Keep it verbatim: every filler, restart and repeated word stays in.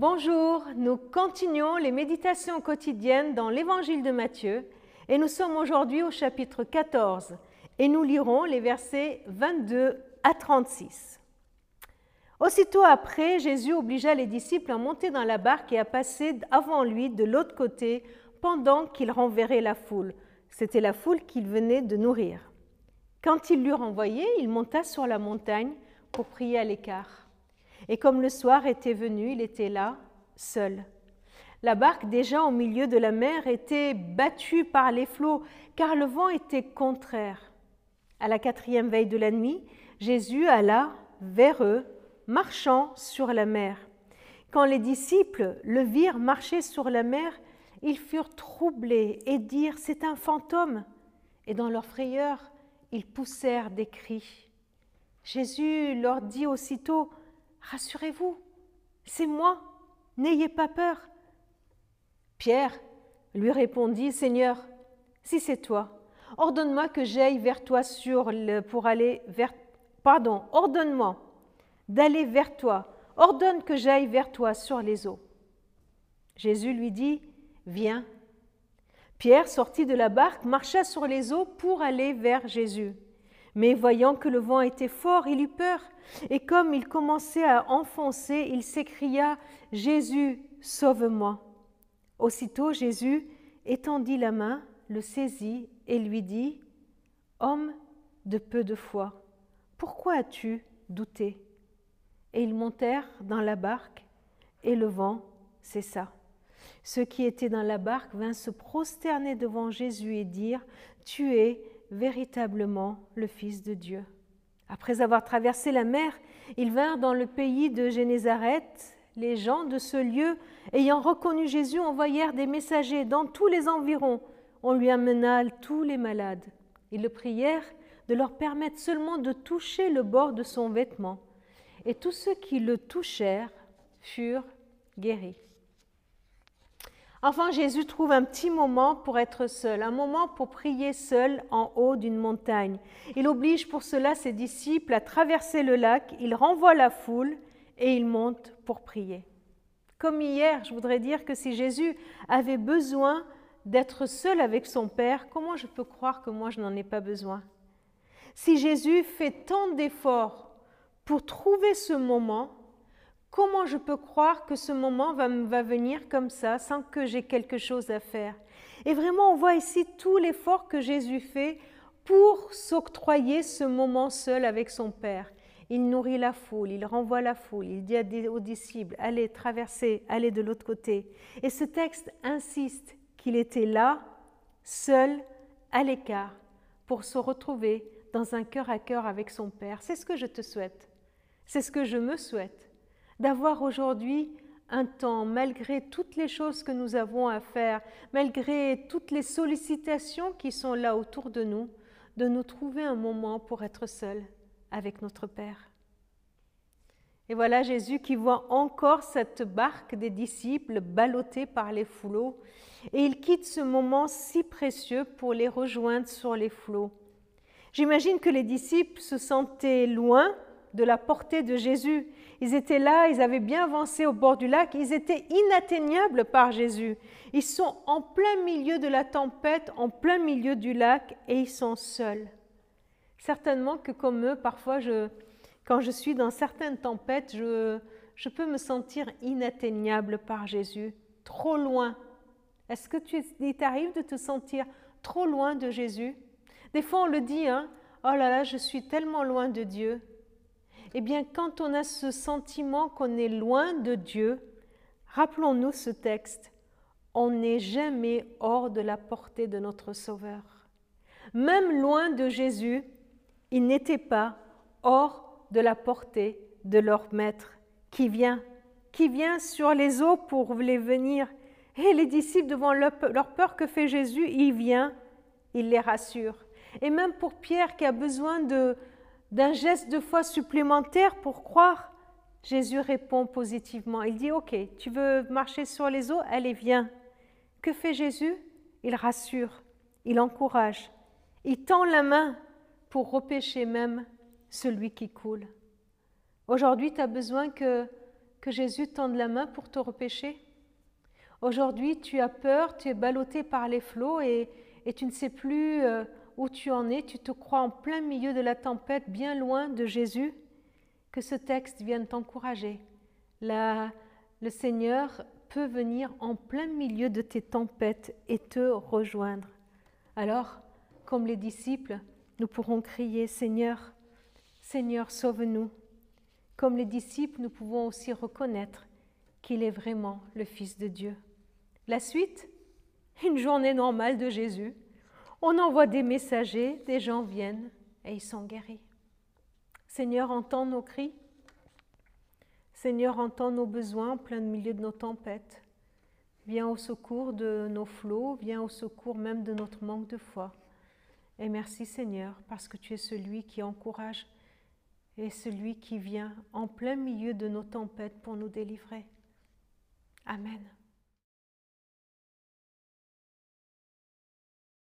Bonjour, nous continuons les méditations quotidiennes dans l'Évangile de Matthieu et nous sommes aujourd'hui au chapitre quatorze et nous lirons les versets vingt-deux à trente-six. Aussitôt après, Jésus obligea les disciples à monter dans la barque et à passer avant lui de l'autre côté pendant qu'il renverrait la foule. C'était la foule qu'il venait de nourrir. Quand il l'eut renvoyé, il monta sur la montagne pour prier à l'écart. Et comme le soir était venu, il était là, seul. La barque, déjà au milieu de la mer, était battue par les flots, car le vent était contraire. À la quatrième veille de la nuit, Jésus alla vers eux, marchant sur la mer. Quand les disciples le virent marcher sur la mer, ils furent troublés et dirent « C'est un fantôme !» Et dans leur frayeur, ils poussèrent des cris. Jésus leur dit aussitôt « Rassurez-vous, c'est moi, n'ayez pas peur. » Pierre lui répondit, « Seigneur, si c'est toi, ordonne-moi que j'aille vers toi sur le, pour aller vers... Pardon, ordonne-moi d'aller vers toi, ordonne que j'aille vers toi sur les eaux. » Jésus lui dit, « Viens. » Pierre sortit de la barque, marcha sur les eaux pour aller vers Jésus. Mais voyant que le vent était fort, il eut peur, et comme il commençait à enfoncer, il s'écria « Jésus, sauve-moi » Aussitôt Jésus étendit la main, le saisit et lui dit « Homme de peu de foi, pourquoi as-tu douté ?» Et ils montèrent dans la barque, et le vent cessa. Ceux qui étaient dans la barque vinrent se prosterner devant Jésus et dire « Tu es véritablement le Fils de Dieu. » Après avoir traversé la mer, ils vinrent dans le pays de Génézareth. Les gens de ce lieu, ayant reconnu Jésus, envoyèrent des messagers dans tous les environs. On lui amena tous les malades. Ils le prièrent de leur permettre seulement de toucher le bord de son vêtement. Et tous ceux qui le touchèrent furent guéris. Enfin, Jésus trouve un petit moment pour être seul, un moment pour prier seul en haut d'une montagne. Il oblige pour cela ses disciples à traverser le lac, il renvoie la foule et il monte pour prier. Comme hier, je voudrais dire que si Jésus avait besoin d'être seul avec son Père, comment je peux croire que moi je n'en ai pas besoin? Si Jésus fait tant d'efforts pour trouver ce moment, comment je peux croire que ce moment va, va venir comme ça, sans que j'ai quelque chose à faire? Et vraiment, on voit ici tout l'effort que Jésus fait pour s'octroyer ce moment seul avec son Père. Il nourrit la foule, il renvoie la foule, il dit aux disciples, allez traverser, allez de l'autre côté. Et ce texte insiste qu'il était là, seul, à l'écart, pour se retrouver dans un cœur à cœur avec son Père. C'est ce que je te souhaite, c'est ce que je me souhaite. D'avoir aujourd'hui un temps, malgré toutes les choses que nous avons à faire, malgré toutes les sollicitations qui sont là autour de nous, de nous trouver un moment pour être seuls avec notre Père. Et voilà Jésus qui voit encore cette barque des disciples ballottée par les flots, et il quitte ce moment si précieux pour les rejoindre sur les flots. J'imagine que les disciples se sentaient loin de la portée de Jésus. Ils étaient là, ils avaient bien avancé au bord du lac, ils étaient inatteignables par Jésus. Ils sont en plein milieu de la tempête, en plein milieu du lac, et ils sont seuls. Certainement que comme eux, parfois, je, quand je suis dans certaines tempêtes, je, je peux me sentir inatteignable par Jésus, trop loin. Est-ce que tu, il t'arrive de te sentir trop loin de Jésus? Des fois, on le dit, hein, « Oh là là, je suis tellement loin de Dieu ». Eh bien, quand on a ce sentiment qu'on est loin de Dieu, rappelons-nous ce texte. On n'est jamais hors de la portée de notre Sauveur. Même loin de Jésus, ils n'étaient pas hors de la portée de leur Maître qui vient, qui vient sur les eaux pour les venir. Et les disciples, devant leur peur que fait Jésus, il vient, il les rassure. Et même pour Pierre qui a besoin de d'un geste de foi supplémentaire pour croire, Jésus répond positivement. Il dit, « Ok, tu veux marcher sur les eaux? Allez, viens. » Que fait Jésus? Il rassure, il encourage, il tend la main pour repêcher même celui qui coule. Aujourd'hui, tu as besoin que que Jésus tende la main pour te repêcher? Aujourd'hui, tu as peur, tu es ballotté par les flots et, et tu ne sais plus euh, où tu en es, tu te crois en plein milieu de la tempête, bien loin de Jésus. Que ce texte vienne t'encourager. La, le Seigneur peut venir en plein milieu de tes tempêtes et te rejoindre. Alors, comme les disciples, nous pourrons crier « Seigneur, Seigneur, sauve-nous ». Comme les disciples, nous pouvons aussi reconnaître qu'il est vraiment le Fils de Dieu. La suite, une journée normale de Jésus. On envoie des messagers, des gens viennent et ils sont guéris. Seigneur, entends nos cris. Seigneur, entends nos besoins en plein milieu de nos tempêtes. Viens au secours de nos flots, viens au secours même de notre manque de foi. Et merci Seigneur, parce que tu es celui qui encourage et celui qui vient en plein milieu de nos tempêtes pour nous délivrer. Amen.